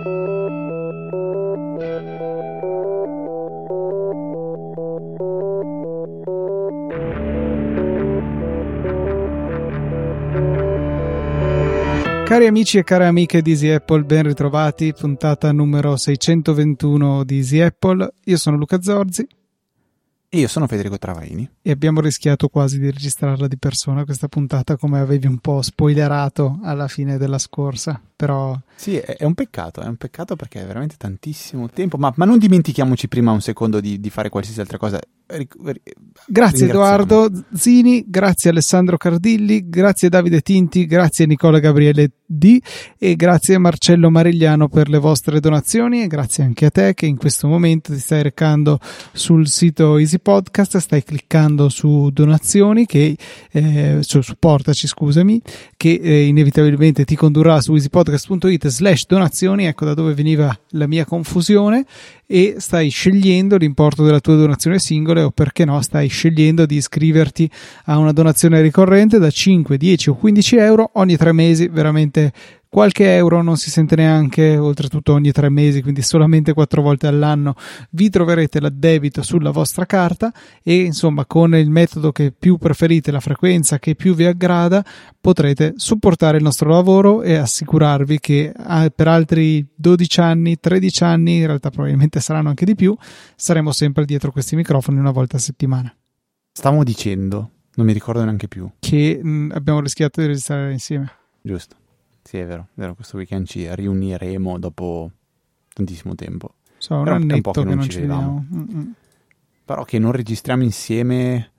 Cari amici e care amiche di Easy Apple, ben ritrovati, puntata numero 621 di Easy Apple. Io sono Luca Zorzi. E io sono Federico Travaini. E abbiamo rischiato quasi di registrarla di persona questa puntata, come avevi un po' spoilerato alla fine della scorsa, però... Sì, è un peccato perché è veramente tantissimo tempo, ma non dimentichiamoci prima un secondo di fare qualsiasi altra cosa. Grazie Edoardo Zini, grazie Alessandro Cardilli, grazie Davide Tinti, grazie Nicola Gabriele D e grazie Marcello Marigliano per le vostre donazioni, e grazie anche a te che in questo momento ti stai recando sul sito Easy Podcast, stai cliccando su donazioni, su supportaci, scusami, che inevitabilmente ti condurrà su easypodcast.it/donazioni, ecco da dove veniva la mia confusione, e stai scegliendo l'importo della tua donazione singola, o perché no stai scegliendo di iscriverti a una donazione ricorrente da 5, 10 o 15 euro ogni 3 mesi. Veramente qualche euro non si sente neanche, oltretutto ogni 3 mesi, quindi solamente 4 volte all'anno vi troverete l'addebito sulla vostra carta, e insomma con il metodo che più preferite, la frequenza che più vi aggrada, potrete supportare il nostro lavoro e assicurarvi che per altri 12 anni, 13 anni, in realtà probabilmente saranno anche di più, saremo sempre dietro questi microfoni una volta a settimana. Stavo dicendo, non mi ricordo neanche più, che abbiamo rischiato di registrare insieme. Giusto. Sì, è vero, questo weekend ci riuniremo dopo tantissimo tempo. Un annetto che non ci vediamo. Però che non registriamo insieme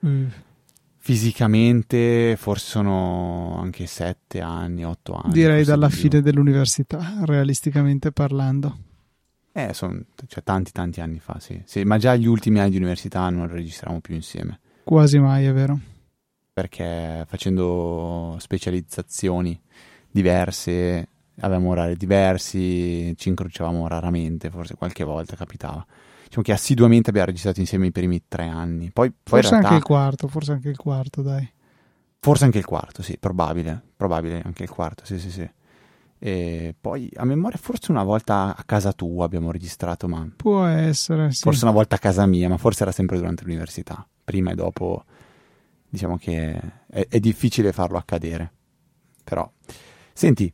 fisicamente, forse sono anche 7 anni, 8 anni. Direi dalla fine dell'università, realisticamente parlando. Sono tanti anni fa, sì. Ma già gli ultimi anni di università non registriamo più insieme. Quasi mai, è vero. Perché facendo specializzazioni diverse, avevamo orari diversi, ci incrociavamo raramente, forse qualche volta capitava. Diciamo che assiduamente abbiamo registrato insieme i primi 3 anni. Poi forse in realtà, forse anche il quarto, dai. Forse anche il quarto, sì, probabile anche il quarto, sì. E poi a memoria forse una volta a casa tua abbiamo registrato, ma può essere, sì. Forse una volta a casa mia, ma forse era sempre durante l'università. Prima e dopo, diciamo che è difficile farlo accadere. Però, senti,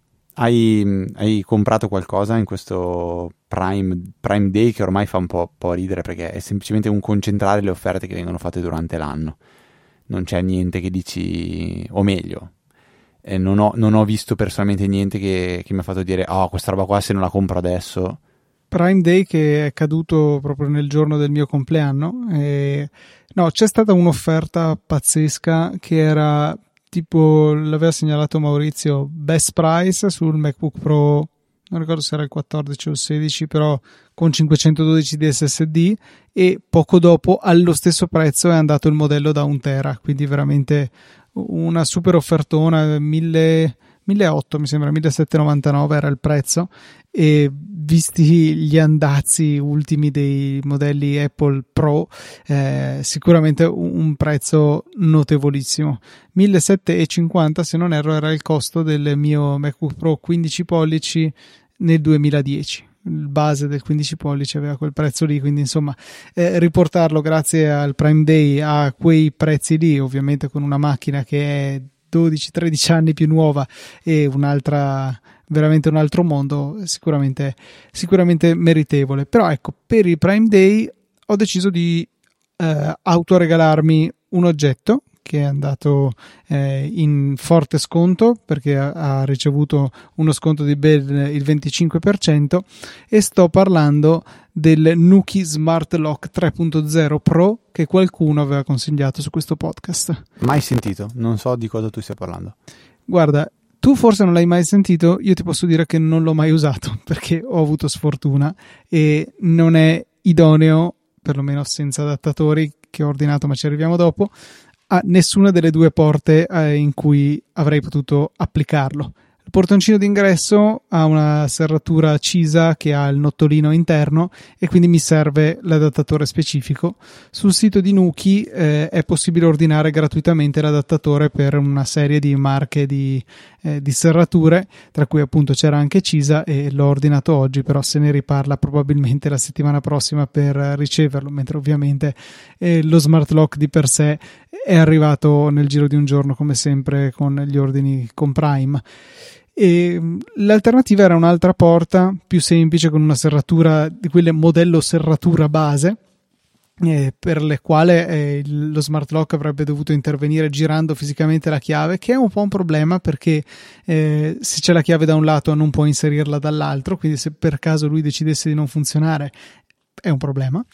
hai comprato qualcosa in questo Prime Day, che ormai fa un po' ridere, perché è semplicemente un concentrare le offerte che vengono fatte durante l'anno. Non c'è niente che dici, o meglio, non ho visto personalmente niente che mi ha fatto dire questa roba qua se non la compro adesso. Prime Day che è caduto proprio nel giorno del mio compleanno. No, c'è stata un'offerta pazzesca che era tipo, l'aveva segnalato Maurizio, best price sul MacBook Pro, non ricordo se era il 14 o il 16, però con 512 di SSD, e poco dopo allo stesso prezzo è andato il modello da 1 tera, quindi veramente una super offertona, 1.800 mi sembra, 1.799 era il prezzo, e visti gli andazzi ultimi dei modelli Apple Pro, sicuramente un prezzo notevolissimo. 1.750 se non erro era il costo del mio MacBook Pro 15 pollici nel 2010. Il base del 15 pollici aveva quel prezzo lì, quindi insomma riportarlo grazie al Prime Day a quei prezzi lì, ovviamente con una macchina che è 12-13 anni più nuova e veramente un altro mondo, sicuramente meritevole. Però ecco, per il Prime Day ho deciso di autoregalarmi un oggetto che è andato in forte sconto, perché ha ricevuto uno sconto di ben il 25%, e sto parlando del Nuki Smart Lock 3.0 Pro che qualcuno aveva consigliato su questo podcast. Mai sentito, non so di cosa tu stia parlando. Guarda, tu forse non l'hai mai sentito, io ti posso dire che non l'ho mai usato perché ho avuto sfortuna e non è idoneo, perlomeno senza adattatori che ho ordinato, ma ci arriviamo dopo, a nessuna delle due porte in cui avrei potuto applicarlo. Il portoncino d'ingresso ha una serratura Cisa che ha il nottolino interno e quindi mi serve l'adattatore specifico. Sul sito di Nuki è possibile ordinare gratuitamente l'adattatore per una serie di marche di serrature, tra cui appunto c'era anche Cisa, e l'ho ordinato oggi, però se ne riparla probabilmente la settimana prossima per riceverlo, mentre ovviamente lo smart lock di per sé è arrivato nel giro di un giorno, come sempre con gli ordini con Prime. E l'alternativa era un'altra porta più semplice con una serratura di quelle modello serratura base, per le quale lo smart lock avrebbe dovuto intervenire girando fisicamente la chiave, che è un po' un problema perché se c'è la chiave da un lato non può inserirla dall'altro, quindi se per caso lui decidesse di non funzionare è un problema.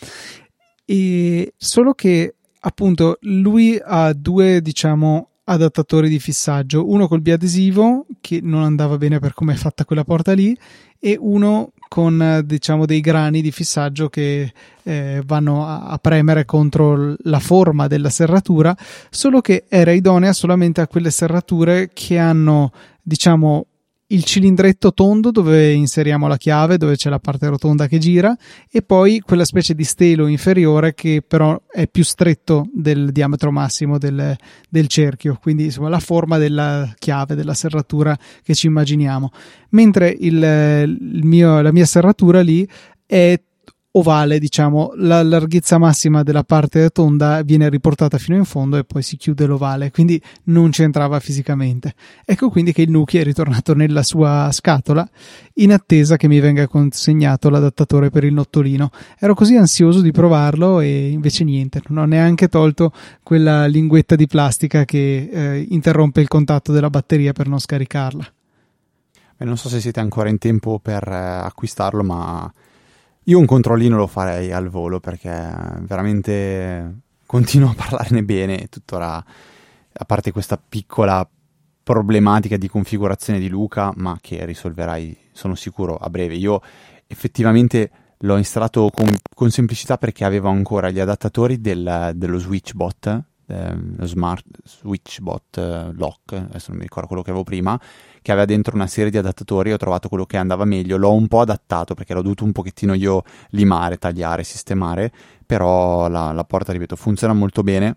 E solo che appunto lui ha due, diciamo, adattatori di fissaggio, uno col biadesivo che non andava bene per come è fatta quella porta lì, e uno con, diciamo, dei grani di fissaggio che vanno a premere contro la forma della serratura, solo che era idonea solamente a quelle serrature che hanno, diciamo, il cilindretto tondo dove inseriamo la chiave, dove c'è la parte rotonda che gira, e poi quella specie di stelo inferiore che però è più stretto del diametro massimo del cerchio, quindi insomma la forma della chiave, della serratura che ci immaginiamo, mentre la mia serratura lì è ovale, diciamo, la larghezza massima della parte tonda viene riportata fino in fondo e poi si chiude l'ovale, quindi non c'entrava fisicamente. Ecco quindi che il Nuki è ritornato nella sua scatola in attesa che mi venga consegnato l'adattatore per il nottolino. Ero così ansioso di provarlo e invece niente, non ho neanche tolto quella linguetta di plastica che interrompe il contatto della batteria per non scaricarla. Non so se siete ancora in tempo per acquistarlo, ma io un controllino lo farei al volo, perché veramente continuo a parlarne bene tuttora, a parte questa piccola problematica di configurazione di Luca, ma che risolverai, sono sicuro, a breve. Io effettivamente l'ho installato con semplicità perché avevo ancora gli adattatori dello SwitchBot, lo Smart SwitchBot Lock, adesso non mi ricordo quello che avevo prima, che aveva dentro una serie di adattatori. Ho trovato quello che andava meglio, l'ho un po' adattato perché l'ho dovuto un pochettino io limare, tagliare, sistemare, però la porta, ripeto, funziona molto bene.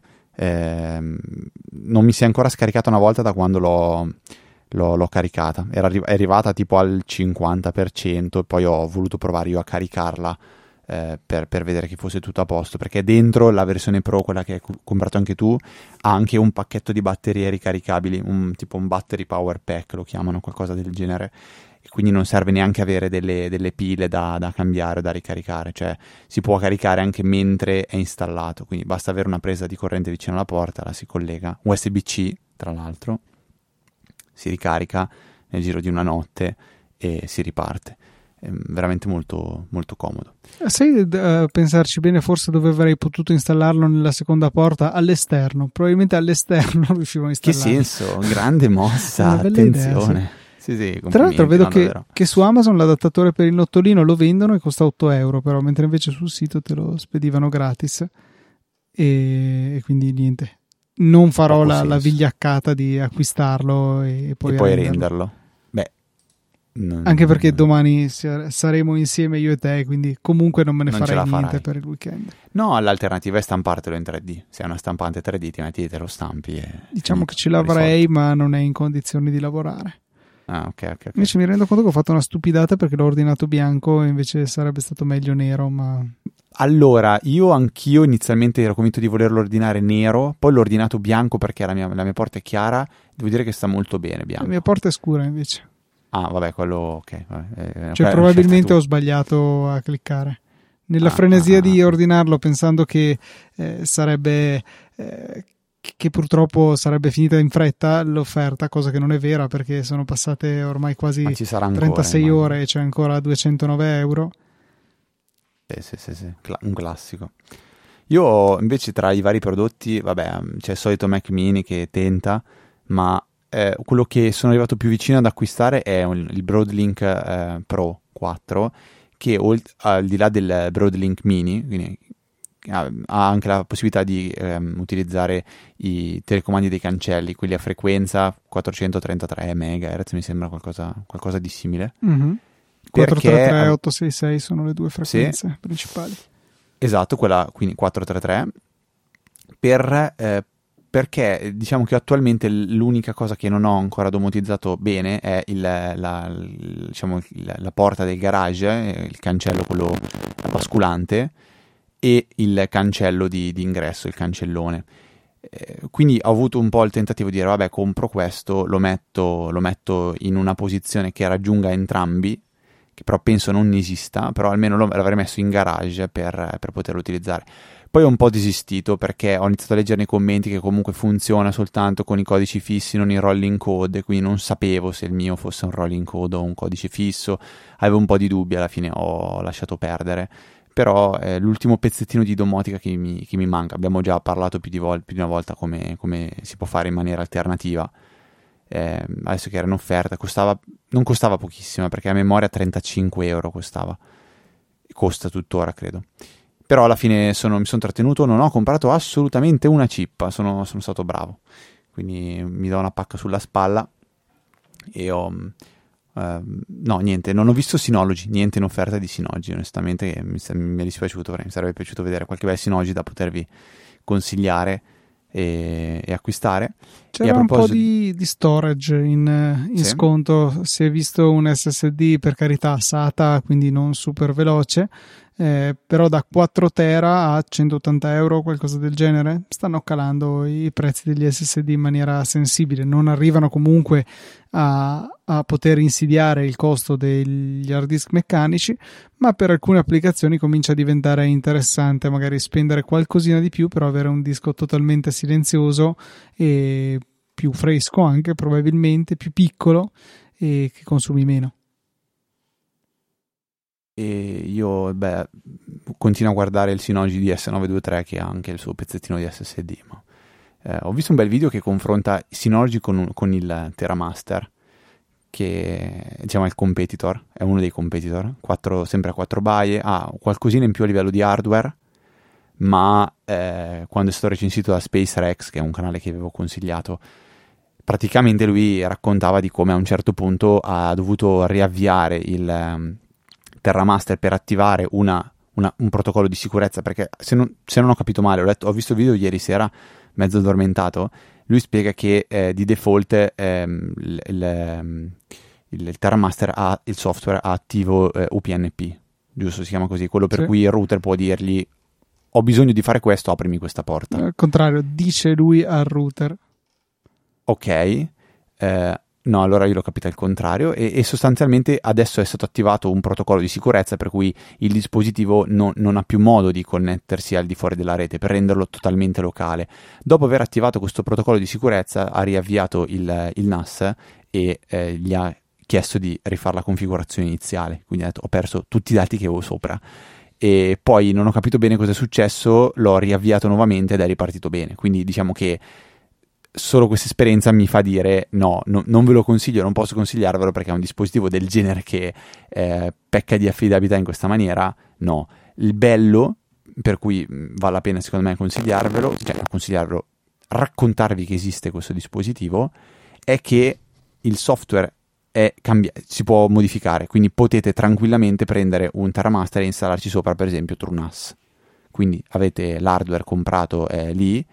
Non mi si è ancora scaricata una volta da quando l'ho caricata, è arrivata tipo al 50% e poi ho voluto provare io a caricarla per vedere che fosse tutto a posto, perché dentro la versione Pro, quella che hai comprato anche tu, ha anche un pacchetto di batterie ricaricabili, tipo un battery power pack lo chiamano, qualcosa del genere, e quindi non serve neanche avere delle pile da cambiare o da ricaricare, cioè si può caricare anche mentre è installato, quindi basta avere una presa di corrente vicino alla porta, la si collega, USB-C tra l'altro, si ricarica nel giro di una notte e si riparte. È veramente molto, molto comodo. Sai, pensarci bene, forse dove avrei potuto installarlo nella seconda porta all'esterno, probabilmente all'esterno riuscivo a installarlo. Che senso? Grande mossa, attenzione. Idea, sì. Sì, tra l'altro vedo no, che su Amazon l'adattatore per il nottolino lo vendono e costa 8 euro, però, mentre invece sul sito te lo spedivano gratis, e quindi niente, non farò la vigliaccata di acquistarlo e poi renderlo. Anche perché domani saremo insieme io e te, quindi comunque non me ne farei niente per il weekend. No, l'alternativa è stampartelo in 3D. Se è una stampante 3D ti metti, te lo stampi e diciamo che ci lavorei, ma non è in condizioni di lavorare. Ah, ok. Invece mi rendo conto che ho fatto una stupidata perché l'ho ordinato bianco e invece sarebbe stato meglio nero, ma... Allora, anch'io inizialmente ero convinto di volerlo ordinare nero, poi l'ho ordinato bianco perché la mia porta è chiara. Devo dire che sta molto bene bianco. La mia porta è scura invece. Ah, vabbè, quello ok. Vabbè. Cioè, probabilmente ho sbagliato a cliccare. Nella frenesia di ordinarlo, pensando che sarebbe... che purtroppo sarebbe finita in fretta l'offerta, cosa che non è vera perché sono passate ormai quasi 36 ore e c'è ancora 209 euro. Sì. Un classico. Io invece tra i vari prodotti, vabbè, c'è il solito Mac Mini che tenta, ma quello che sono arrivato più vicino ad acquistare è il Broadlink Pro 4, che al di là del Broadlink Mini, quindi ha anche la possibilità di utilizzare i telecomandi dei cancelli, quelli a frequenza 433 MHz, mi sembra qualcosa di simile. Mm-hmm. 433 e 866 sono le due frequenze principali. Esatto, quella quindi 433 perché diciamo che attualmente l'unica cosa che non ho ancora domotizzato bene è la porta del garage, il cancello quello basculante e il cancello di ingresso, il cancellone. Quindi ho avuto un po' il tentativo di dire vabbè, compro questo, lo metto in una posizione che raggiunga entrambi, che però penso non esista, però almeno l'avrei messo in garage per poterlo utilizzare. Poi ho un po' desistito perché ho iniziato a leggere nei commenti che comunque funziona soltanto con i codici fissi, non i rolling code, quindi non sapevo se il mio fosse un rolling code o un codice fisso, avevo un po' di dubbi, alla fine ho lasciato perdere. Però è l'ultimo pezzettino di domotica che mi manca. Abbiamo già parlato più di una volta come si può fare in maniera alternativa. Adesso che era in offerta non costava pochissimo, perché a memoria 35 euro costava, costa tuttora credo. Però alla fine mi sono trattenuto, non ho comprato assolutamente una cippa, sono stato bravo, quindi mi do una pacca sulla spalla e no, niente, non ho visto Synology, niente in offerta di Synology, onestamente mi è dispiaciuto, mi sarebbe piaciuto vedere qualche bel Synology da potervi consigliare e acquistare. C'era un po' di storage in Sì. Sconto, si è visto un SSD, per carità SATA, quindi non super veloce, però da 4 tera a 180 euro, qualcosa del genere. Stanno calando i prezzi degli SSD in maniera sensibile, non arrivano comunque a poter insidiare il costo degli hard disk meccanici, ma per alcune applicazioni comincia a diventare interessante magari spendere qualcosina di più per avere un disco totalmente silenzioso e più fresco, anche probabilmente più piccolo e che consumi meno. E io continuo a guardare il Synology DS923 che ha anche il suo pezzettino di SSD, ma ho visto un bel video che confronta Synology con il TerraMaster, che diciamo è il competitor, è uno dei competitor, sempre a 4 baie, ha qualcosina in più a livello di hardware, ma quando è stato recensito da SpaceRex, che è un canale che avevo consigliato, praticamente lui raccontava di come a un certo punto ha dovuto riavviare il TerraMaster per attivare un protocollo di sicurezza, perché se non ho capito male, ho visto il video ieri sera mezzo addormentato, lui spiega che di default il TerraMaster ha il software attivo UPnP, giusto, si chiama così, quello per cui il router può dirgli ho bisogno di fare questo, aprimi questa porta. Al contrario, dice lui al router. Ok, no, allora io l'ho capito al contrario e sostanzialmente adesso è stato attivato un protocollo di sicurezza per cui il dispositivo non ha più modo di connettersi al di fuori della rete per renderlo totalmente locale. Dopo aver attivato questo protocollo di sicurezza ha riavviato il NAS e gli ha chiesto di rifare la configurazione iniziale, quindi ha detto ho perso tutti i dati che avevo sopra e poi non ho capito bene cosa è successo, l'ho riavviato nuovamente ed è ripartito bene, quindi diciamo che solo questa esperienza mi fa dire no, non ve lo consiglio, non posso consigliarvelo perché è un dispositivo del genere che pecca di affidabilità in questa maniera, no. Il bello, per cui vale la pena secondo me consigliarvelo, raccontarvi che esiste questo dispositivo, è che il software si può modificare, quindi potete tranquillamente prendere un TerraMaster e installarci sopra per esempio TrueNAS, quindi avete l'hardware comprato lì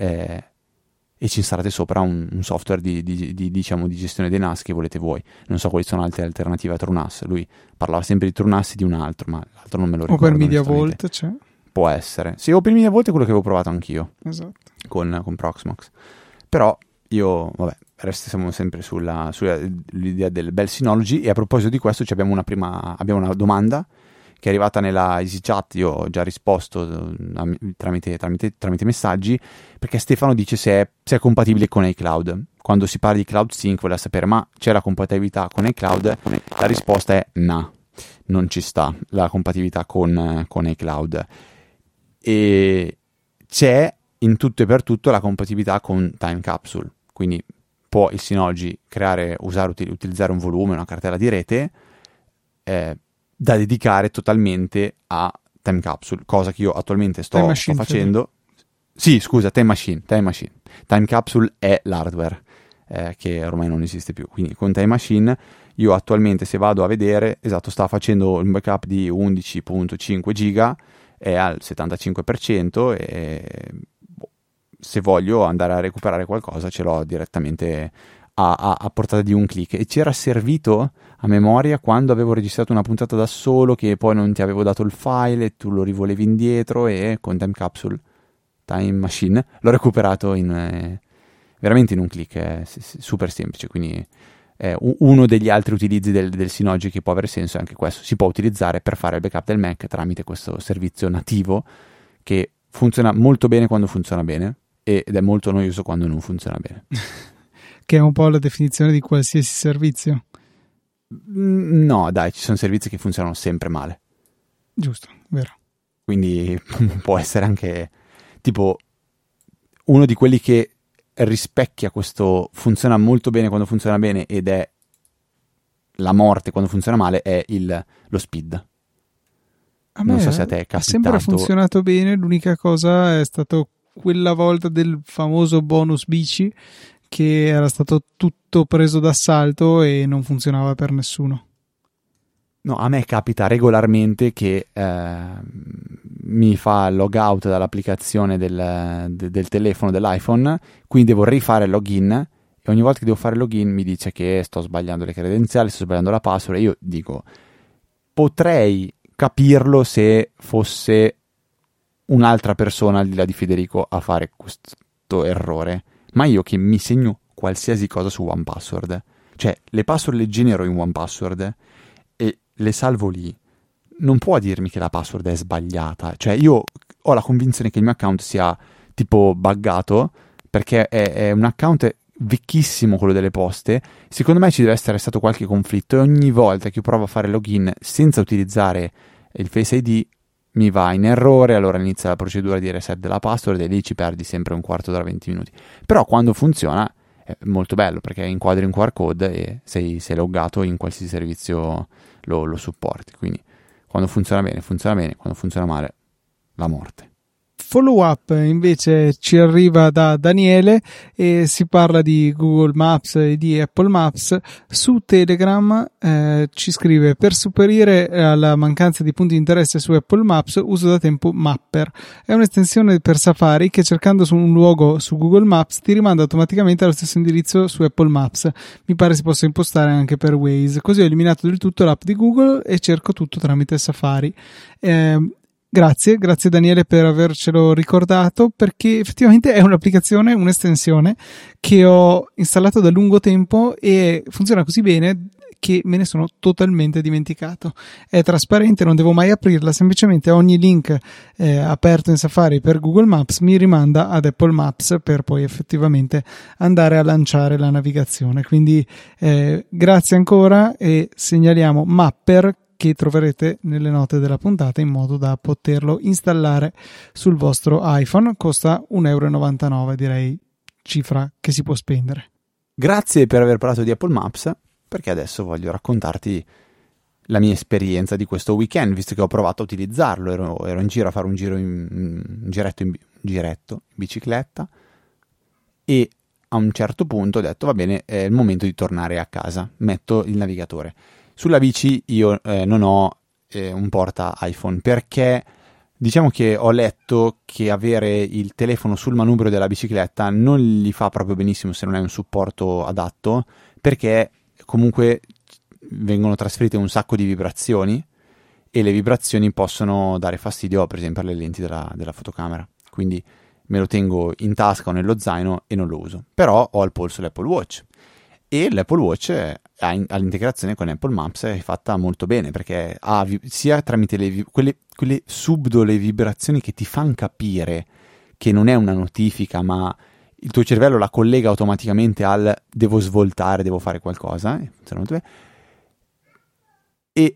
e ci installate sopra un software diciamo, di gestione dei NAS che volete voi. Non so quali sono altre alternative a TrueNAS. Lui parlava sempre di TrueNAS e di un altro, ma l'altro non me lo ricordo. Open Media Vault c'è? Può essere. Sì, Open Media Vault è quello che avevo provato anch'io. Esatto. Con Proxmox. Però io, restiamo sempre sull'idea del bel Synology e a proposito di questo abbiamo una domanda che è arrivata nella EasyChat, io ho già risposto tramite messaggi, perché Stefano dice se è compatibile con iCloud. Quando si parla di Cloud Sync voleva sapere ma c'è la compatibilità con iCloud? La risposta è no, non ci sta la compatibilità con iCloud. E c'è in tutto e per tutto la compatibilità con Time Capsule, quindi può il Synology utilizzare un volume, una cartella di rete, da dedicare totalmente a Time Capsule, cosa che io attualmente sto facendo. Sì, scusa, Time Machine. Time Capsule è l'hardware che ormai non esiste più. Quindi con Time Machine io attualmente, se vado a vedere, esatto, sta facendo un backup di 11.5 giga, è al 75% e se voglio andare a recuperare qualcosa ce l'ho direttamente a portata di un click. E ci era servito a memoria quando avevo registrato una puntata da solo, che poi non ti avevo dato il file e tu lo rivolevi indietro, e con Time Machine l'ho recuperato veramente in un click. È super semplice, quindi uno degli altri utilizzi del Synology che può avere senso è anche questo: si può utilizzare per fare il backup del Mac tramite questo servizio nativo che funziona molto bene quando funziona bene ed è molto noioso quando non funziona bene. Che è un po' la definizione di qualsiasi servizio. No, dai, ci sono servizi che funzionano sempre male. Giusto, vero. Quindi può essere anche tipo uno di quelli che rispecchia questo funziona molto bene quando funziona bene ed è la morte quando funziona male, è lo speed. Non so se a te è capitato. Ha sempre funzionato bene, l'unica cosa è stato quella volta del famoso bonus bici che era stato tutto preso d'assalto e non funzionava per nessuno. No, a me capita regolarmente che mi fa logout dall'applicazione del telefono, dell'iPhone, quindi devo rifare il login e ogni volta che devo fare il login mi dice che sto sbagliando le credenziali, sto sbagliando la password, e io dico, potrei capirlo se fosse un'altra persona al di là di Federico a fare questo errore, ma io che mi segno qualsiasi cosa su OnePassword, cioè le password le genero in OnePassword e le salvo lì, non può dirmi che la password è sbagliata. Cioè io ho la convinzione che il mio account sia tipo buggato, perché è un account vecchissimo, quello delle poste. Secondo me ci deve essere stato qualche conflitto e ogni volta che io provo a fare login senza utilizzare il Face ID mi va in errore, allora inizia la procedura di reset della password e lì ci perdi sempre un quarto d'ora, 20 minuti. Però quando funziona è molto bello, perché inquadri un QR code e sei loggato in qualsiasi servizio lo supporti. Quindi quando funziona bene, quando funziona male, la morte. Follow up invece ci arriva da Daniele e si parla di Google Maps e di Apple Maps. Su Telegram ci scrive: per superare alla mancanza di punti di interesse su Apple Maps uso da tempo Mapper. È un'estensione per Safari che, cercando su un luogo su Google Maps, ti rimanda automaticamente allo stesso indirizzo su Apple Maps. Mi pare si possa impostare anche per Waze. Così ho eliminato del tutto l'app di Google e cerco tutto tramite Safari. Grazie Daniele per avercelo ricordato, perché effettivamente è un'applicazione, un'estensione che ho installato da lungo tempo e funziona così bene che me ne sono totalmente dimenticato. È trasparente, non devo mai aprirla, semplicemente ogni link aperto in Safari per Google Maps mi rimanda ad Apple Maps per poi effettivamente andare a lanciare la navigazione. Quindi grazie ancora, e segnaliamo Mapper, che troverete nelle note della puntata, in modo da poterlo installare sul vostro iPhone. Costa €1,99, direi cifra che si può spendere. Grazie per aver parlato di Apple Maps, perché adesso voglio raccontarti la mia esperienza di questo weekend, visto che ho provato a utilizzarlo. Ero in giro a fare un giretto in bicicletta e a un certo punto ho detto va bene, è il momento di tornare a casa, metto il navigatore. Sulla bici io non ho un porta iPhone, perché diciamo che ho letto che avere il telefono sul manubrio della bicicletta non gli fa proprio benissimo se non hai un supporto adatto, perché comunque vengono trasferite un sacco di vibrazioni e le vibrazioni possono dare fastidio, per esempio, alle lenti della fotocamera. Quindi me lo tengo in tasca o nello zaino e non lo uso. Però ho al polso l'Apple Watch, e l'Apple Watch ha l'integrazione con Apple Maps, è fatta molto bene, perché ha sia tramite quelle subdole vibrazioni che ti fanno capire che non è una notifica, ma il tuo cervello la collega automaticamente al devo svoltare, devo fare qualcosa, funziona molto bene. E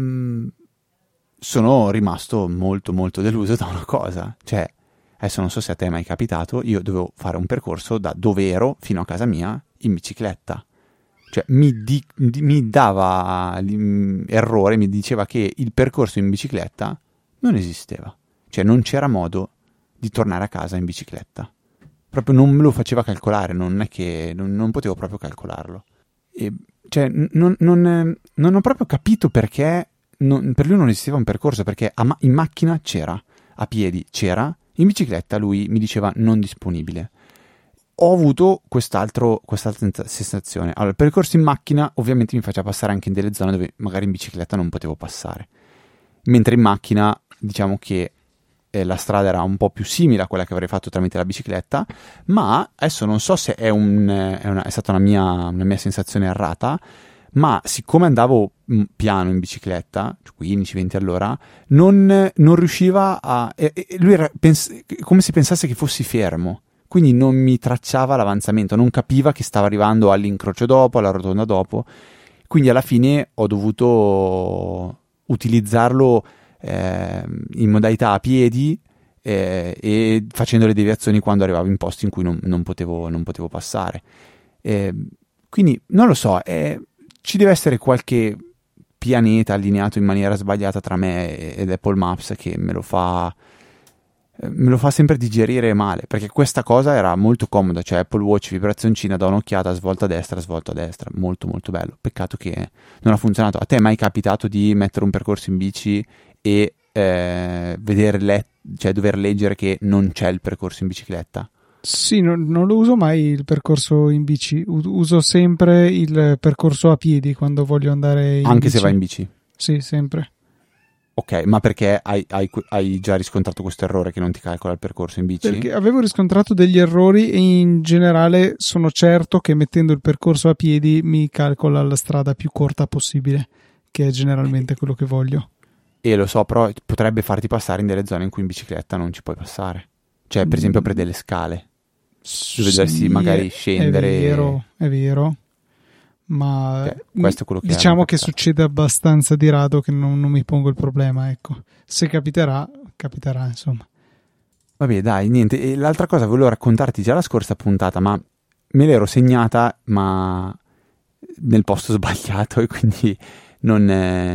sono rimasto molto molto deluso da una cosa, cioè adesso non so se a te è mai capitato, io dovevo fare un percorso da dove ero fino a casa mia in bicicletta. Cioè mi dava errore, mi diceva che il percorso in bicicletta Non esisteva. Cioè non c'era modo di tornare a casa in bicicletta. Proprio non me lo faceva calcolare, non è che non potevo proprio calcolarlo. E, cioè non ho proprio capito perché per lui non esisteva un percorso, perché in macchina c'era, a piedi c'era, in bicicletta lui mi diceva non disponibile. Ho avuto quest'altra sensazione. Allora, il percorso in macchina ovviamente mi faceva passare anche in delle zone dove magari in bicicletta non potevo passare. Mentre in macchina, diciamo che la strada era un po' più simile a quella che avrei fatto tramite la bicicletta, ma adesso non so se è stata una mia sensazione errata, ma siccome andavo piano in bicicletta, 15-20 all'ora, non riusciva a... lui era come se pensasse che fossi fermo. Quindi non mi tracciava l'avanzamento, non capiva che stava arrivando all'incrocio dopo, alla rotonda dopo. Quindi alla fine ho dovuto utilizzarlo in modalità a piedi e facendo le deviazioni quando arrivavo in posti in cui non potevo passare. Quindi non lo so, ci deve essere qualche pianeta allineato in maniera sbagliata tra me ed Apple Maps che me lo fa sempre digerire male, perché questa cosa era molto comoda, cioè Apple Watch, vibrazioncina, da un'occhiata, svolta a destra, molto molto bello. Peccato che non ha funzionato. A te è mai capitato di mettere un percorso in bici e dover leggere che non c'è il percorso in bicicletta? Sì, non lo uso mai il percorso in bici, uso sempre il percorso a piedi quando voglio andare in Anche bici. se vai in bici? Sì, sempre. Ok, ma perché hai già riscontrato questo errore che non ti calcola il percorso in bici? Perché avevo riscontrato degli errori e in generale sono certo che mettendo il percorso a piedi mi calcola la strada più corta possibile, che è generalmente quello che voglio. E lo so, però potrebbe farti passare in delle zone in cui in bicicletta non ci puoi passare. Cioè, per esempio, per delle scale. Dove dovresti magari scendere. È vero. Ma questo è quello che diciamo che succede abbastanza di rado che non mi pongo il problema, ecco. Se capiterà, insomma. Vabbè, dai, niente. E l'altra cosa volevo raccontarti già la scorsa puntata, ma me l'ero segnata, ma nel posto sbagliato, e quindi non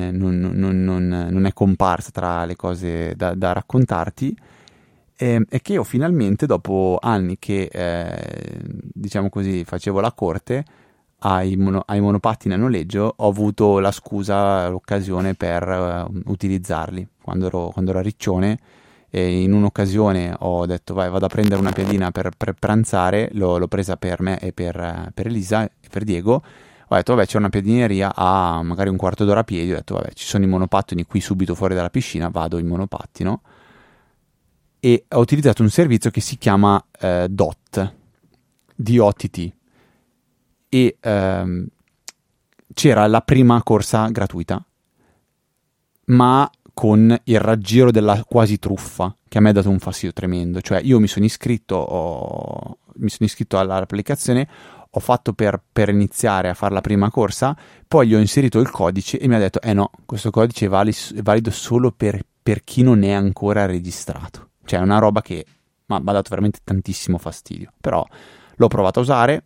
è comparsa tra le cose da raccontarti. È che io finalmente, dopo anni che, diciamo così, facevo la corte ai monopattini a noleggio, ho avuto la scusa, l'occasione per utilizzarli. Quando ero a Riccione, in un'occasione ho detto vai, vado a prendere una piadina per pranzare, l'ho presa per me e per Elisa e per Diego. Ho detto vabbè, c'è una piadineria a magari un quarto d'ora a piedi, ho detto vabbè, ci sono i monopattini qui subito fuori dalla piscina, vado in monopattino. E ho utilizzato un servizio che si chiama DOT, DOTT, e c'era la prima corsa gratuita, ma con il raggiro della quasi truffa, che a me ha dato un fastidio tremendo. Cioè io mi sono iscritto all'applicazione, ho fatto per iniziare a fare la prima corsa, poi gli ho inserito il codice e mi ha detto no, questo codice è valido solo per chi non è ancora registrato. Cioè è una roba che mi ha dato veramente tantissimo fastidio. Però l'ho provato a usare.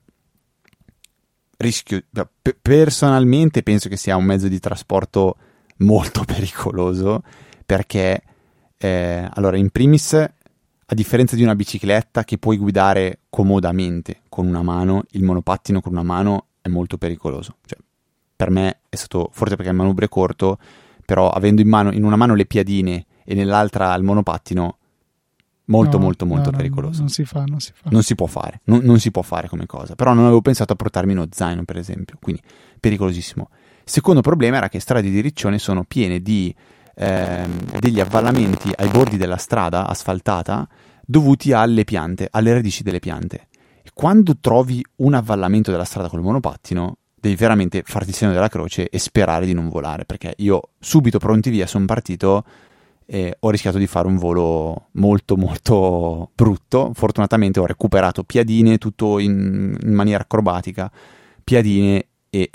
Personalmente penso che sia un mezzo di trasporto molto pericoloso, perché allora, in primis, a differenza di una bicicletta che puoi guidare comodamente con una mano, il monopattino con una mano è molto pericoloso. Cioè, per me è stato, forse perché il manubrio è corto, però avendo in una mano le piadine e nell'altra il monopattino, molto pericoloso. Non si fa. Non si può fare, non si può fare come cosa. Però non avevo pensato a portarmi uno zaino, per esempio, quindi pericolosissimo. Secondo problema era che strade di Riccione sono piene di degli avvallamenti ai bordi della strada asfaltata dovuti alle piante, alle radici delle piante. E quando trovi un avvallamento della strada col monopattino, devi veramente farti il segno della croce e sperare di non volare, perché io subito pronti via sono partito e ho rischiato di fare un volo molto molto brutto. Fortunatamente ho recuperato piadine, tutto in maniera acrobatica, piadine e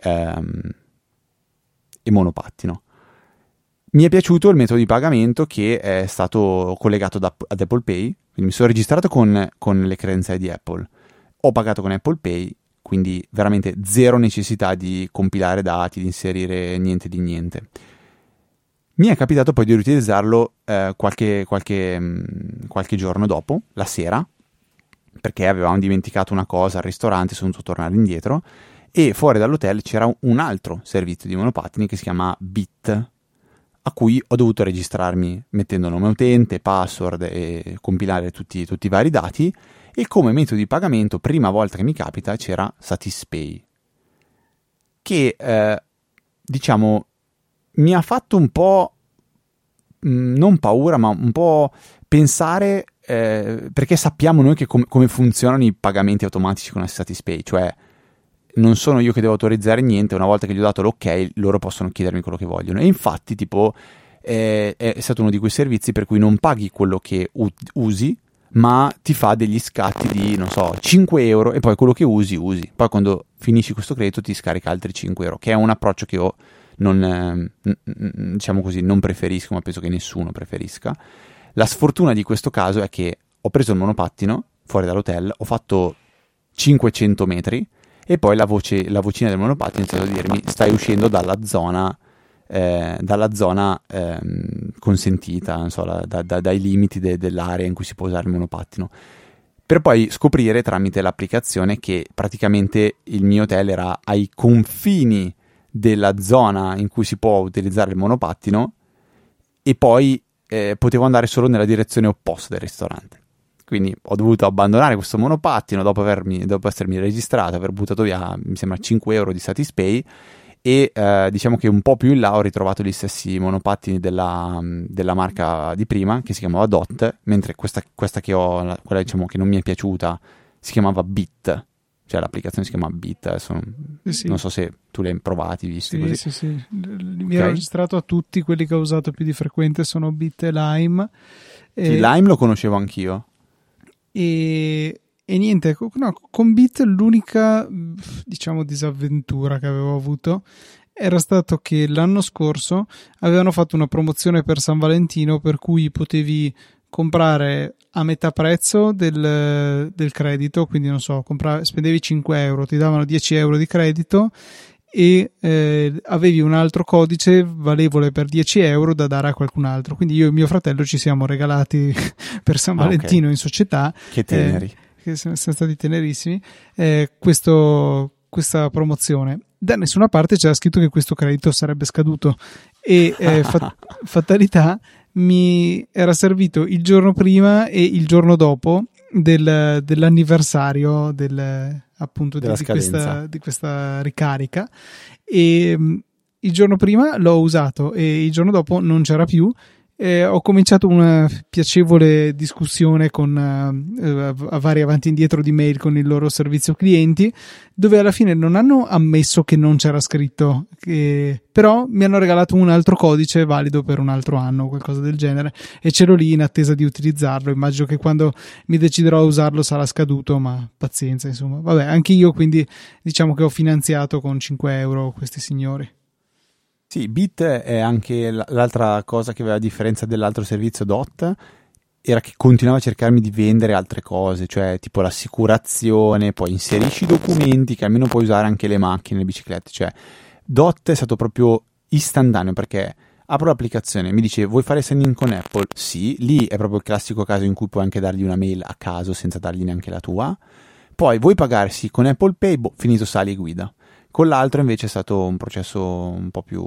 monopattino. Mi è piaciuto il metodo di pagamento che è stato collegato ad Apple Pay, quindi mi sono registrato con le credenziali di Apple, ho pagato con Apple Pay, quindi veramente zero necessità di compilare dati, di inserire niente di niente. Mi è capitato poi di riutilizzarlo qualche giorno dopo, la sera, perché avevamo dimenticato una cosa al ristorante, sono dovuto tornare indietro, e fuori dall'hotel c'era un altro servizio di monopattini che si chiama Bit, a cui ho dovuto registrarmi mettendo nome utente, password e compilare tutti i vari dati, e come metodo di pagamento, prima volta che mi capita, c'era Satispay, che diciamo mi ha fatto un po', non paura, ma un po' pensare, perché sappiamo noi che come funzionano i pagamenti automatici con Satispay, cioè non sono io che devo autorizzare niente, una volta che gli ho dato l'ok loro possono chiedermi quello che vogliono, e infatti tipo è stato uno di quei servizi per cui non paghi quello che usi, ma ti fa degli scatti di, non so, 5 euro, e poi quello che usi, poi quando finisci questo credito ti scarica altri 5 euro, che è un approccio che io diciamo così, non preferisco, ma penso che nessuno preferisca. La sfortuna di questo caso è che ho preso il monopattino fuori dall'hotel, ho fatto 500 metri e poi la vocina del monopattino ha iniziato a dirmi: stai uscendo dalla zona consentita, non so, dai limiti dell'area in cui si può usare il monopattino, per poi scoprire tramite l'applicazione che praticamente il mio hotel era ai confini della zona in cui si può utilizzare il monopattino, e poi potevo andare solo nella direzione opposta del ristorante. Quindi ho dovuto abbandonare questo monopattino dopo essermi registrato, aver buttato via, mi sembra, 5 euro di Satispay, e diciamo che un po' più in là ho ritrovato gli stessi monopattini della marca di prima, che si chiamava Dot, mentre questa che ho, quella diciamo che non mi è piaciuta, si chiamava Bit, cioè l'applicazione si chiama Bit. Adesso Sì. non so se tu li hai provati, visti Sì, così. sì. Mi ero registrato a tutti, quelli che ho usato più di frequente sono Bit e Lime. Sì, Lime lo conoscevo anch'io. E niente, no, con Bit l'unica, diciamo, disavventura che avevo avuto era stato che l'anno scorso avevano fatto una promozione per San Valentino per cui potevi comprare a metà prezzo del credito, quindi non so, spendevi 5 euro, ti davano 10 euro di credito e avevi un altro codice valevole per 10 euro da dare a qualcun altro. Quindi io e mio fratello ci siamo regalati per San Valentino in società, che teneri, che siamo stati tenerissimi, questa promozione. Da nessuna parte c'era scritto che questo credito sarebbe scaduto, e fatalità, mi era servito il giorno prima e il giorno dopo dell'anniversario appunto di questa ricarica, e il giorno prima l'ho usato e il giorno dopo non c'era più. Ho cominciato una piacevole discussione con a vari avanti e indietro di mail con il loro servizio clienti, dove alla fine non hanno ammesso che non c'era scritto, però mi hanno regalato un altro codice valido per un altro anno o qualcosa del genere, e ce l'ho lì in attesa di utilizzarlo. Immagino che quando mi deciderò a usarlo sarà scaduto, ma pazienza, insomma. Vabbè, anche io quindi diciamo che ho finanziato con 5 euro questi signori. Sì, Bit è anche l'altra cosa che aveva, a differenza dell'altro servizio Dot, era che continuava a cercarmi di vendere altre cose, cioè tipo l'assicurazione, poi inserisci i documenti, che almeno puoi usare anche le macchine, le biciclette. Cioè Dot è stato proprio istantaneo, perché apro l'applicazione, mi dice: vuoi fare sign-in con Apple? Sì, lì è proprio il classico caso in cui puoi anche dargli una mail a caso senza dargli neanche la tua. Poi vuoi pagarsi con Apple Pay? Finito, sali e guida. Con l'altro invece è stato un processo un po' più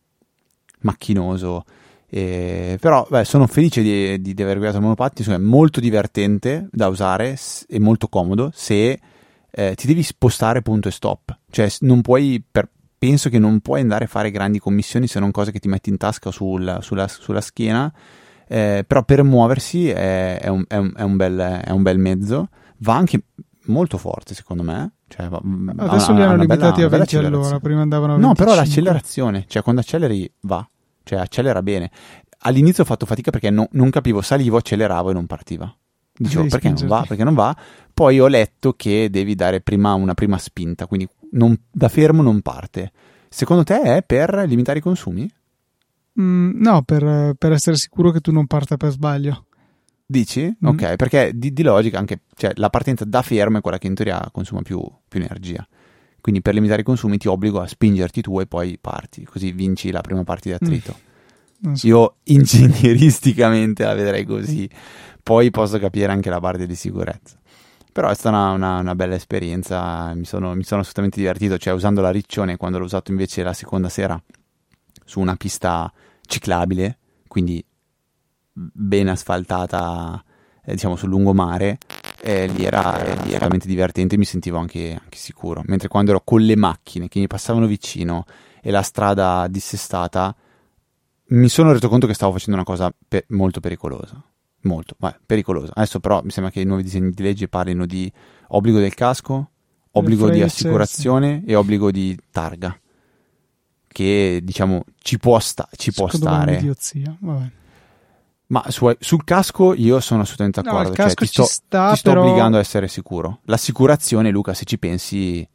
macchinoso, però sono felice di aver guidato il monopattino. È molto divertente da usare e molto comodo se ti devi spostare punto e stop, cioè non puoi, penso che non puoi andare a fare grandi commissioni se non cose che ti metti in tasca sulla schiena, però per muoversi è un bel mezzo. Va anche molto forte, secondo me. Cioè, adesso li hanno limitati a 20 all'ora, prima andavano a 25. No, però l'accelerazione, cioè quando acceleri va, cioè accelera bene. All'inizio ho fatto fatica perché non capivo, salivo, acceleravo e non partiva. Dicevo, perché non va? Perché non va? Poi ho letto che devi dare una prima spinta, quindi da fermo non parte. Secondo te è per limitare i consumi? No, per essere sicuro che tu non parta per sbaglio. Dici? Ok, perché di logica anche, cioè, la partenza da fermo è quella che in teoria consuma più energia. Quindi per limitare i consumi ti obbligo a spingerti tu e poi parti, così vinci la prima parte di attrito. Non so. Io ingegneristicamente la vedrei così, poi posso capire anche la parte di sicurezza. Però è stata una bella esperienza, mi sono assolutamente divertito, cioè usando la Riccione quando l'ho usato invece la seconda sera su una pista ciclabile, quindi ben asfaltata, diciamo sul lungomare, lì era veramente divertente, mi sentivo anche sicuro, mentre quando ero con le macchine che mi passavano vicino e la strada dissestata, mi sono reso conto che stavo facendo una cosa molto pericolosa. Molto, pericolosa. Adesso però mi sembra che i nuovi disegni di legge parlino di obbligo del casco, obbligo di assicurazione e obbligo di targa, che diciamo ci può stare. Me è un'idiozia, vabbè. Ma sul casco io sono assolutamente d'accordo. Il casco ti sto però... obbligando a essere sicuro. L'assicurazione, Luca, se ci pensi,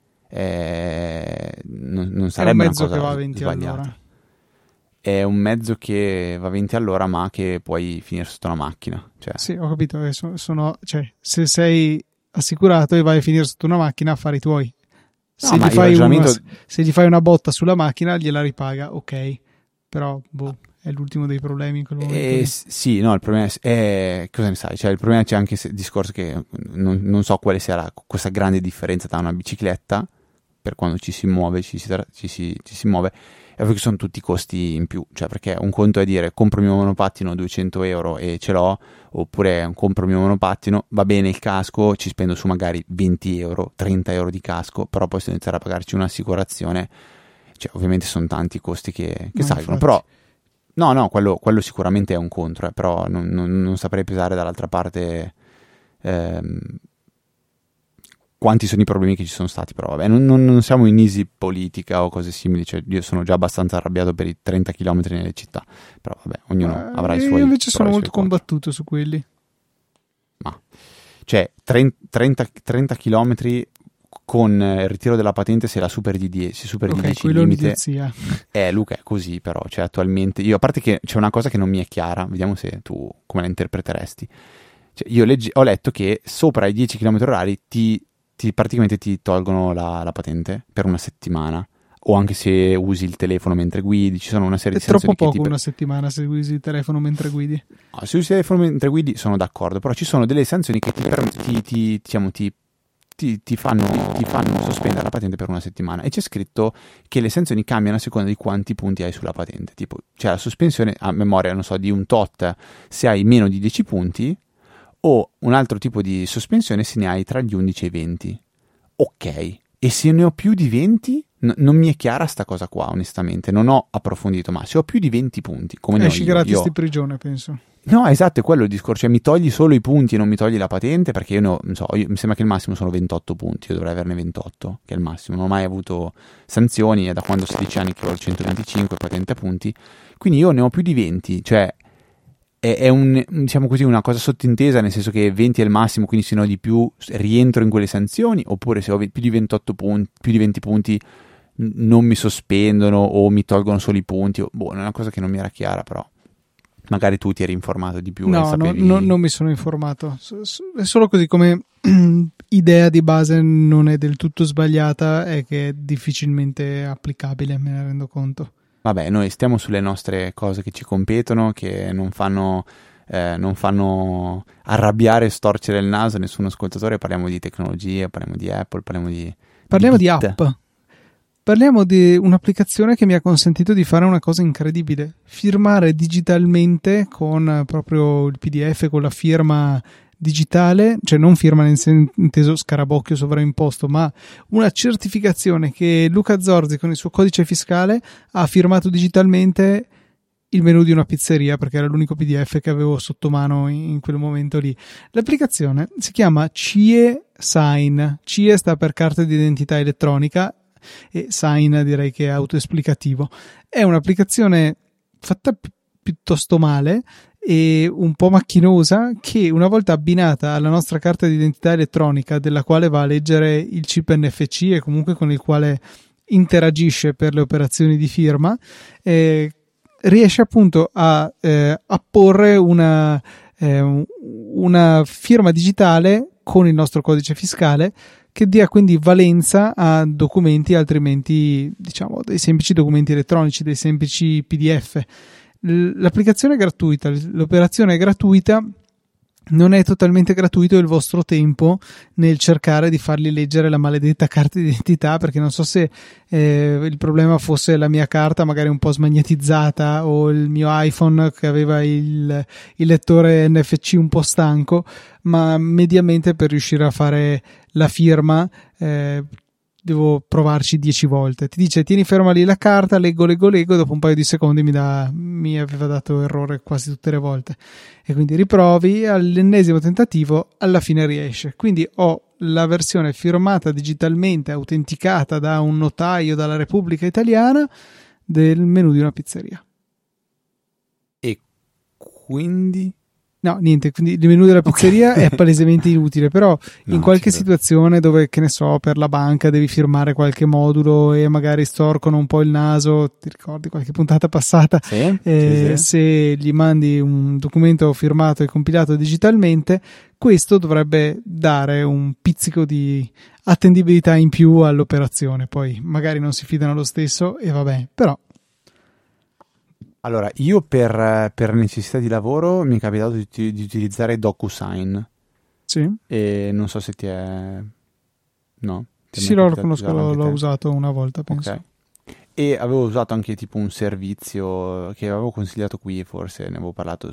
non sarebbe una cosa che va a 20 sbagliata. all'ora. È un mezzo che va a 20 all'ora, ma che puoi finire sotto una macchina. Cioè. Sì, ho capito. Cioè, se sei assicurato e vai a finire sotto una macchina, affari tuoi. Se gli fai una botta sulla macchina, gliela ripaga, ok. Però, è l'ultimo dei problemi in quel momento. Sì, no, il problema è cosa ne sai? Cioè, il problema c'è anche il discorso che non so quale sia questa grande differenza tra una bicicletta, per quando ci si muove, ci si muove, è perché sono tutti costi in più. Cioè, perché un conto è dire compro il mio monopattino 200 euro e ce l'ho, oppure compro il mio monopattino, va bene il casco, ci spendo su magari 20 euro, 30 euro di casco, però poi se iniziare a pagarci un'assicurazione, cioè ovviamente sono tanti i costi che salgono, però no, quello sicuramente è un contro, però non saprei pesare dall'altra parte quanti sono i problemi che ci sono stati. Però vabbè, non siamo in easy politica o cose simili, cioè io sono già abbastanza arrabbiato per i 30 km nelle città, però vabbè, ognuno avrà i suoi. Io invece sono molto combattuto su quelli. Ma cioè 30 km con il ritiro della patente, se la superi di 10, superi di 10 il limite. Luca, è così, però, cioè attualmente io, a parte che c'è una cosa che non mi è chiara, vediamo se tu come la interpreteresti. Cioè, io ho letto che sopra i 10 km orari praticamente ti tolgono la patente per una settimana, o anche se usi il telefono mentre guidi, ci sono una serie di sanzioni. È troppo poco una settimana se usi il telefono mentre guidi. No, se usi il telefono mentre guidi sono d'accordo, però ci sono delle sanzioni che ti fanno sospendere la patente per una settimana, e c'è scritto che le sanzioni cambiano a seconda di quanti punti hai sulla patente. Tipo, c'è la sospensione a memoria, non so, di un tot se hai meno di 10 punti, o un altro tipo di sospensione se ne hai tra gli 11 e i 20. Ok, e se ne ho più di 20? Non mi è chiara sta cosa qua, onestamente, non ho approfondito, ma se ho più di 20 punti, come ne ho esci gratis di prigione, penso. No, esatto, è quello il discorso, cioè mi togli solo i punti e non mi togli la patente, perché io non so, mi sembra che il massimo sono 28 punti, io dovrei averne 28, che è il massimo, non ho mai avuto sanzioni, è da quando ho 16 anni che ho il 125 patente a punti, quindi io ne ho più di 20, cioè è diciamo così, una cosa sottintesa, nel senso che 20 è il massimo, quindi se ne ho di più rientro in quelle sanzioni, oppure se ho più di 28 punti, più di 20 punti non mi sospendono o mi tolgono solo i punti, è una cosa che non mi era chiara, però magari tu ti eri informato di più. No, non mi sono informato, è solo così, come idea di base non è del tutto sbagliata, è che è difficilmente applicabile, me ne rendo conto. Vabbè, noi stiamo sulle nostre cose che ci competono, che non fanno arrabbiare e storcere il naso a nessun ascoltatore. Parliamo di tecnologie, parliamo di Apple, parliamo di app. Parliamo di un'applicazione che mi ha consentito di fare una cosa incredibile: firmare digitalmente con proprio il PDF, con la firma digitale, cioè non firma inteso scarabocchio sovraimposto, ma una certificazione che Luca Zorzi con il suo codice fiscale ha firmato digitalmente il menu di una pizzeria, perché era l'unico PDF che avevo sotto mano in quel momento lì. L'applicazione si chiama CIE Sign. CIE sta per carta di identità elettronica e Sign direi che è autoesplicativo. È un'applicazione fatta piuttosto male e un po' macchinosa, che una volta abbinata alla nostra carta di identità elettronica, della quale va a leggere il chip NFC e comunque con il quale interagisce per le operazioni di firma, riesce appunto a apporre una firma digitale con il nostro codice fiscale, che dia quindi valenza a documenti altrimenti, diciamo, dei semplici documenti elettronici, dei semplici PDF. L'applicazione è gratuita, l'operazione è gratuita, non è totalmente gratuito il vostro tempo nel cercare di fargli leggere la maledetta carta d'identità, perché non so se il problema fosse la mia carta magari un po' smagnetizzata o il mio iPhone che aveva il lettore NFC un po' stanco, ma mediamente per riuscire a fare la firma devo provarci 10 volte. Ti dice tieni ferma lì la carta, leggo, dopo un paio di secondi mi aveva dato errore quasi tutte le volte, e quindi riprovi, all'ennesimo tentativo alla fine riesce. Quindi ho la versione firmata digitalmente, autenticata da un notaio dalla Repubblica Italiana del menù di una pizzeria. E quindi? No, niente, quindi il menù della pizzeria è palesemente inutile, però in qualche situazione dove, che ne so, per la banca devi firmare qualche modulo e magari storcono un po' il naso, ti ricordi qualche puntata passata? Sì. Se gli mandi un documento firmato e compilato digitalmente, questo dovrebbe dare un pizzico di attendibilità in più all'operazione. Poi magari non si fidano lo stesso e vabbè, però... Allora, io per necessità di lavoro mi è capitato di utilizzare DocuSign. Sì. E non so se ti è... No? Sì, lo conosco, l'ho usato una volta, penso. Okay. E avevo usato anche tipo un servizio che avevo consigliato qui, forse ne avevo parlato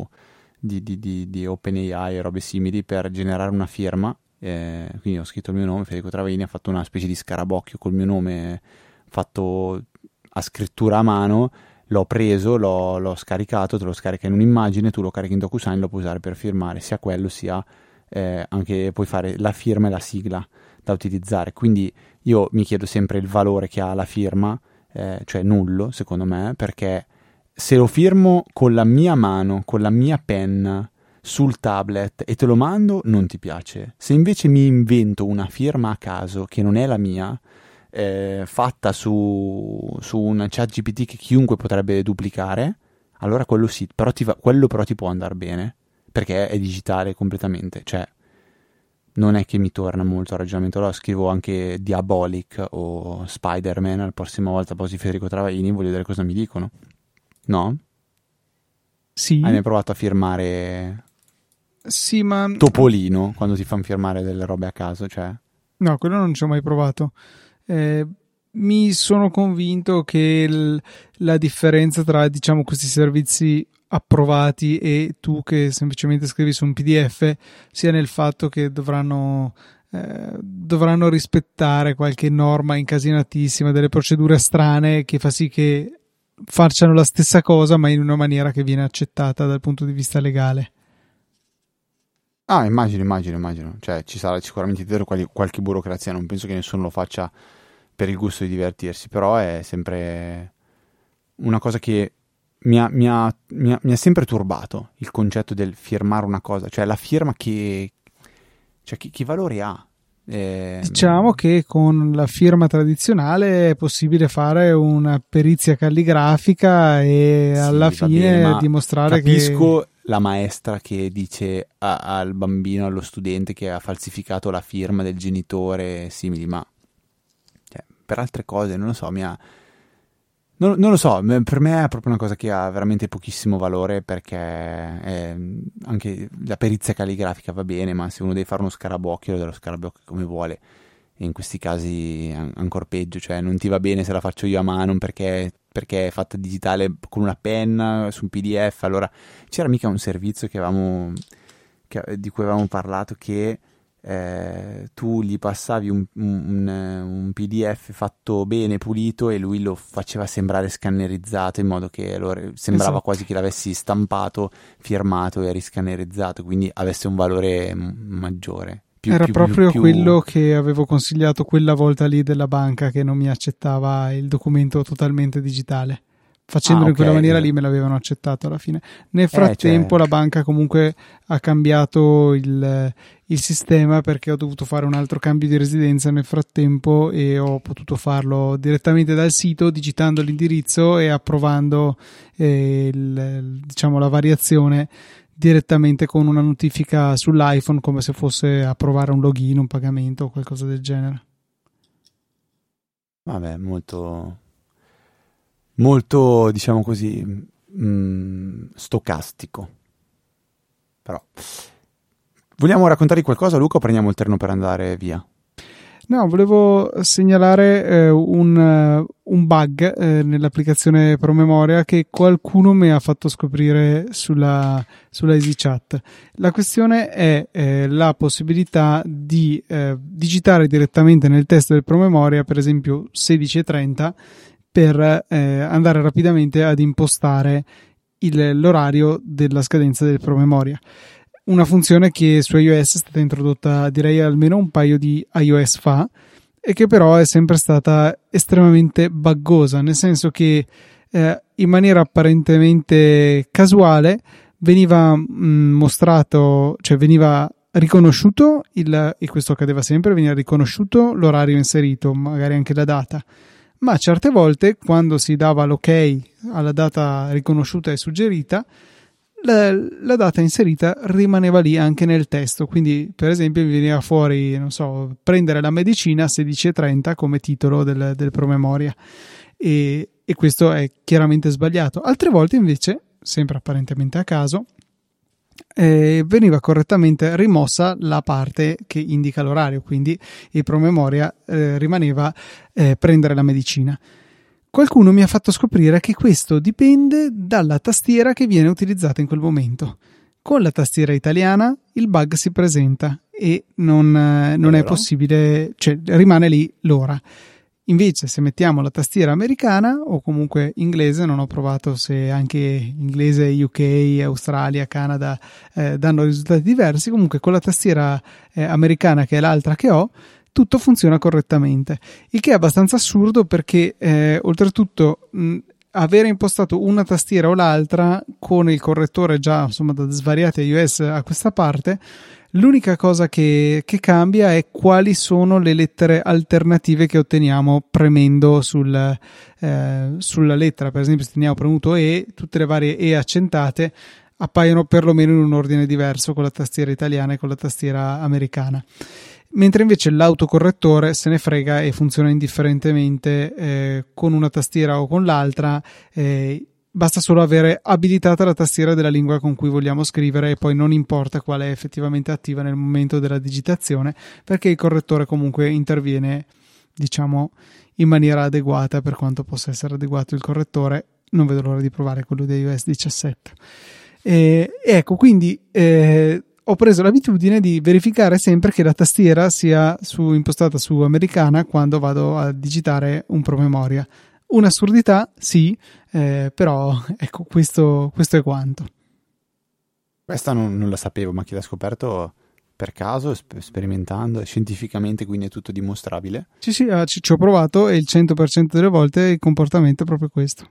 di OpenAI e robe simili, per generare una firma. Quindi ho scritto il mio nome, Federico Travaini, ha fatto una specie di scarabocchio col mio nome fatto a scrittura a mano. L'ho preso, l'ho scaricato, te lo scarica in un'immagine, tu lo carichi in DocuSign, lo puoi usare per firmare sia quello sia anche puoi fare la firma e la sigla da utilizzare. Quindi io mi chiedo sempre il valore che ha la firma, cioè nullo secondo me, perché se lo firmo con la mia mano, con la mia penna sul tablet e te lo mando, non ti piace. Se invece mi invento una firma a caso che non è la mia, fatta su un ChatGPT che chiunque potrebbe duplicare, allora quello sì, quello però ti può andare bene, perché è digitale completamente, cioè non è che mi torna molto al ragionamento. Allora scrivo anche Diabolic o Spider-Man, la prossima volta posi Federico Travaini, voglio vedere cosa mi dicono. No? Sì. Hai mai provato a firmare sì, ma Topolino quando ti fanno firmare delle robe a caso, cioè? No, quello non ci ho mai provato. Mi sono convinto che la differenza tra, diciamo, questi servizi approvati e tu che semplicemente scrivi su un PDF sia nel fatto che dovranno rispettare qualche norma incasinatissima, delle procedure strane che fa sì che facciano la stessa cosa ma in una maniera che viene accettata dal punto di vista legale. Ah, immagino. Cioè, ci sarà sicuramente dietro qualche burocrazia, non penso che nessuno lo faccia per il gusto di divertirsi, però è sempre una cosa che mi ha sempre turbato, il concetto del firmare una cosa, cioè la firma che valore ha? Diciamo che con la firma tradizionale è possibile fare una perizia calligrafica e Sì, alla fine bene, dimostrare capisco la maestra che dice al bambino, allo studente che ha falsificato la firma del genitore, simili, ma cioè, per altre cose non lo so, non lo so, per me è proprio una cosa che ha veramente pochissimo valore, perché anche la perizia calligrafica va bene, ma se uno deve fare uno scarabocchio, dello scarabocchio come vuole, e in questi casi ancora peggio, cioè non ti va bene se la faccio io a mano perché è fatta digitale con una penna su un PDF. Allora c'era mica un servizio di cui avevamo parlato, che tu gli passavi un PDF fatto bene, pulito, e lui lo faceva sembrare scannerizzato, in modo che sembrava Esatto. quasi che l'avessi stampato, firmato e riscannerizzato, quindi avesse un valore maggiore. Era proprio quello che avevo consigliato quella volta lì della banca, che non mi accettava il documento totalmente digitale. Facendolo in quella maniera lì me l'avevano accettato alla fine. Nel frattempo la banca comunque ha cambiato il sistema, perché ho dovuto fare un altro cambio di residenza nel frattempo e ho potuto farlo direttamente dal sito, digitando l'indirizzo e approvando diciamo la variazione direttamente con una notifica sull'iPhone, come se fosse approvare un login, un pagamento o qualcosa del genere. Vabbè, molto, molto, diciamo così, stocastico. Però vogliamo raccontare qualcosa, Luca, o prendiamo il treno per andare via? No, volevo segnalare un bug nell'applicazione Promemoria che qualcuno mi ha fatto scoprire sulla EasyChat. La questione è la possibilità di digitare direttamente nel testo del promemoria, per esempio 16:30, per andare rapidamente ad impostare l'orario della scadenza del promemoria. Una funzione che su iOS è stata introdotta, direi, almeno un paio di iOS fa, e che però è sempre stata estremamente buggosa, nel senso che in maniera apparentemente casuale veniva mostrato, cioè veniva riconosciuto e questo accadeva sempre, veniva riconosciuto l'orario inserito, magari anche la data, ma certe volte quando si dava l'ok alla data riconosciuta e suggerita, la data inserita rimaneva lì anche nel testo. Quindi, per esempio, mi veniva fuori, non so, prendere la medicina a 16:30 come titolo del promemoria, e questo è chiaramente sbagliato. Altre volte invece, sempre apparentemente a caso, veniva correttamente rimossa la parte che indica l'orario, quindi il promemoria rimaneva prendere la medicina. Qualcuno mi ha fatto scoprire che questo dipende dalla tastiera che viene utilizzata in quel momento. Con la tastiera italiana il bug si presenta e non è possibile, cioè rimane lì l'ora. Invece se mettiamo la tastiera americana o comunque inglese, non ho provato se anche inglese, UK, Australia, Canada danno risultati diversi, comunque con la tastiera americana, che è l'altra che ho, tutto funziona correttamente, il che è abbastanza assurdo perché oltretutto avere impostato una tastiera o l'altra con il correttore già insomma da svariati iOS a questa parte, l'unica cosa che cambia è quali sono le lettere alternative che otteniamo premendo sulla lettera. Per esempio, se teniamo premuto E, tutte le varie E accentate appaiono perlomeno in un ordine diverso con la tastiera italiana e con la tastiera americana, mentre invece l'autocorrettore se ne frega e funziona indifferentemente con una tastiera o con l'altra. Basta solo avere abilitata la tastiera della lingua con cui vogliamo scrivere e poi non importa qual è effettivamente attiva nel momento della digitazione, perché il correttore comunque interviene, diciamo, in maniera adeguata, per quanto possa essere adeguato il correttore. Non vedo l'ora di provare quello di iOS 17. Ecco, quindi ho preso l'abitudine di verificare sempre che la tastiera sia impostata su americana quando vado a digitare un promemoria. Un'assurdità, sì, però ecco, questo è quanto. Questa non la sapevo, ma chi l'ha scoperto per caso, sperimentando, scientificamente, quindi è tutto dimostrabile? Sì, ci ho provato e il 100% delle volte il comportamento è proprio questo.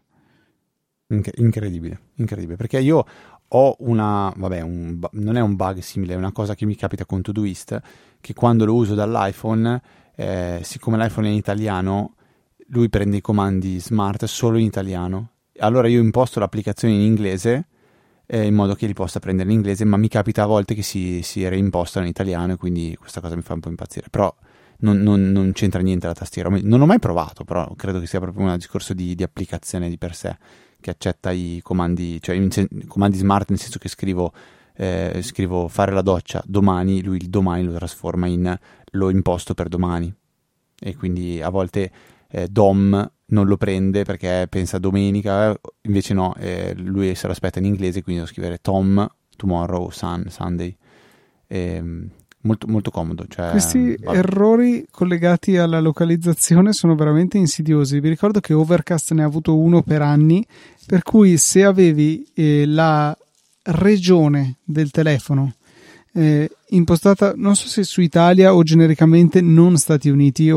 Incredibile, perché io ho non è un bug simile, è una cosa che mi capita con Todoist, che quando lo uso dall'iPhone, siccome l'iPhone è in italiano, lui prende i comandi smart solo in italiano. Allora io imposto l'applicazione in inglese in modo che li possa prendere in inglese, ma mi capita a volte che si reimpostano in italiano e quindi questa cosa mi fa un po' impazzire. Però non c'entra niente la tastiera. Non ho mai provato, però credo che sia proprio un discorso di applicazione di per sé, che accetta i comandi, cioè comandi smart, nel senso che scrivo fare la doccia domani, lui il domani lo trasforma in lo imposto per domani, e quindi a volte dom non lo prende perché pensa domenica, invece no, lui se lo aspetta in inglese, quindi devo scrivere Tom tomorrow, Sunday. Molto, molto comodo. Cioè, questi errori collegati alla localizzazione sono veramente insidiosi. Vi ricordo che Overcast ne ha avuto uno per anni, per cui se avevi la regione del telefono impostata, non so se su Italia o genericamente non Stati Uniti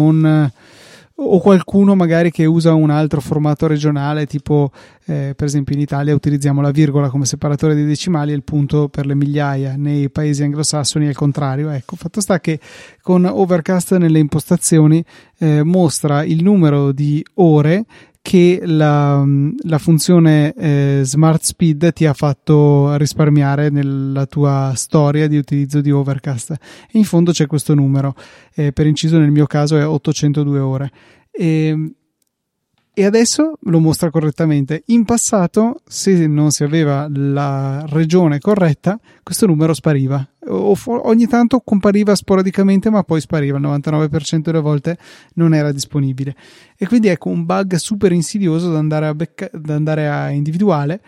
o qualcuno magari che usa un altro formato regionale, tipo per esempio in Italia utilizziamo la virgola come separatore dei decimali e il punto per le migliaia, nei paesi anglosassoni è il contrario. Ecco, fatto sta che con Overcast nelle impostazioni mostra il numero di ore che la funzione Smart Speed ti ha fatto risparmiare nella tua storia di utilizzo di Overcast, e in fondo c'è questo numero, per inciso nel mio caso è 802 ore, e e adesso lo mostra correttamente. In passato, se non si aveva la regione corretta, questo numero spariva. Ogni tanto compariva sporadicamente, ma poi spariva. Il 99% delle volte non era disponibile. E quindi ecco un bug super insidioso da andare a individuare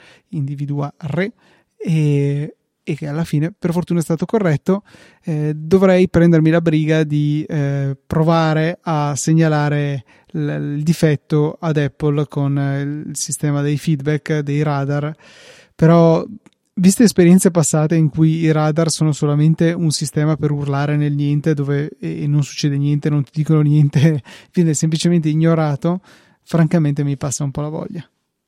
e che alla fine per fortuna è stato corretto. Dovrei prendermi la briga di provare a segnalare il difetto ad Apple con il sistema dei feedback dei radar, però viste esperienze passate in cui i radar sono solamente un sistema per urlare nel niente dove e non succede niente, non ti dicono niente, viene semplicemente ignorato, francamente mi passa un po' la voglia.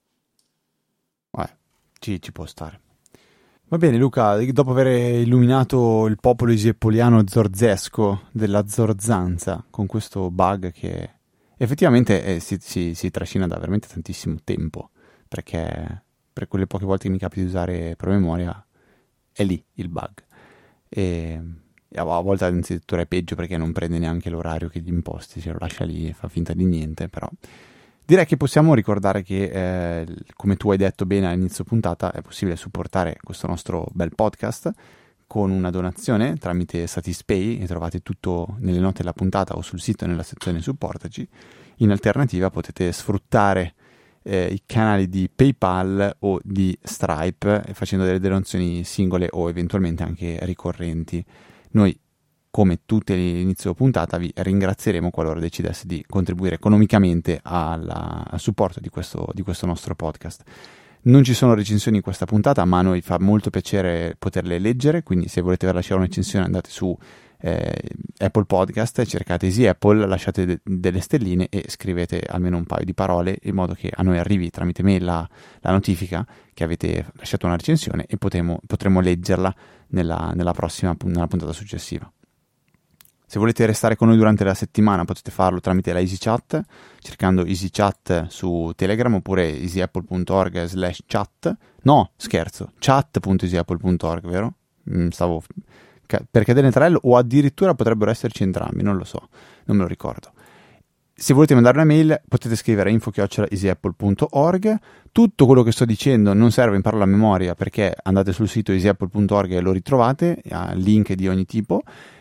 Ci può stare. Va bene Luca, dopo aver illuminato il popolo easyappoliano zorzesco della zorzanza con questo bug che effettivamente si trascina da veramente tantissimo tempo, perché per quelle poche volte che mi capita di usare promemoria è lì il bug e a volte addirittura è peggio perché non prende neanche l'orario che gli imposti, se lo lascia lì e fa finta di niente. Però direi che possiamo ricordare che, come tu hai detto bene all'inizio puntata, è possibile supportare questo nostro bel podcast con una donazione tramite Satispay, e trovate tutto nelle note della puntata o sul sito nella sezione supportaci. In alternativa potete sfruttare i canali di PayPal o di Stripe facendo delle donazioni singole o eventualmente anche ricorrenti. Noi, come tutte all'inizio puntata, vi ringrazieremo qualora decidesse di contribuire economicamente al supporto di questo nostro podcast. Non ci sono recensioni in questa puntata, ma a noi fa molto piacere poterle leggere, quindi se volete lasciare una recensione andate su Apple Podcast, cercate Easy Apple, lasciate delle stelline e scrivete almeno un paio di parole in modo che a noi arrivi tramite mail la notifica che avete lasciato una recensione e potremo leggerla nella puntata successiva. Se volete restare con noi durante la settimana potete farlo tramite la EasyChat, cercando EasyChat su Telegram oppure easyapple.org/chat. No, scherzo, chat.easyapple.org, vero? Stavo per cadere nel tranello, o addirittura potrebbero esserci entrambi, non lo so, non me lo ricordo. Se volete mandare una mail potete scrivere a info@easyapple.org. Tutto quello che sto dicendo non serve impararlo a memoria, perché andate sul sito easyapple.org e lo ritrovate, ha link di ogni tipo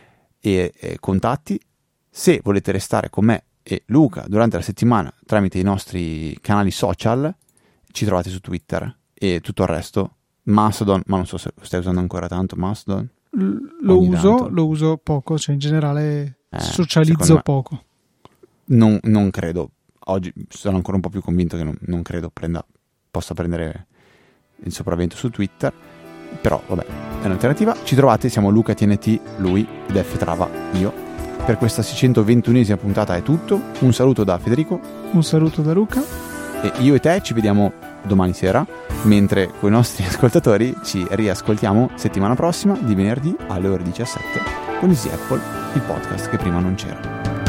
e contatti. Se volete restare con me e Luca durante la settimana tramite i nostri canali social, ci trovate su Twitter e tutto il resto. Mastodon, ma non so se lo stai usando ancora tanto Mastodon. Lo uso poco, cioè in generale socializzo poco. Non credo, oggi sono ancora un po' più convinto che non credo possa prendere il sopravvento su Twitter, però vabbè, è un'alternativa. Ci trovate, siamo Luca TNT, lui, Def Trava, io. Per questa 621esima puntata è tutto. Un saluto da Federico, un saluto da Luca, e io e te ci vediamo domani sera, mentre con i nostri ascoltatori ci riascoltiamo settimana prossima di venerdì alle ore 17 con Easy Apple, il podcast che prima non c'era.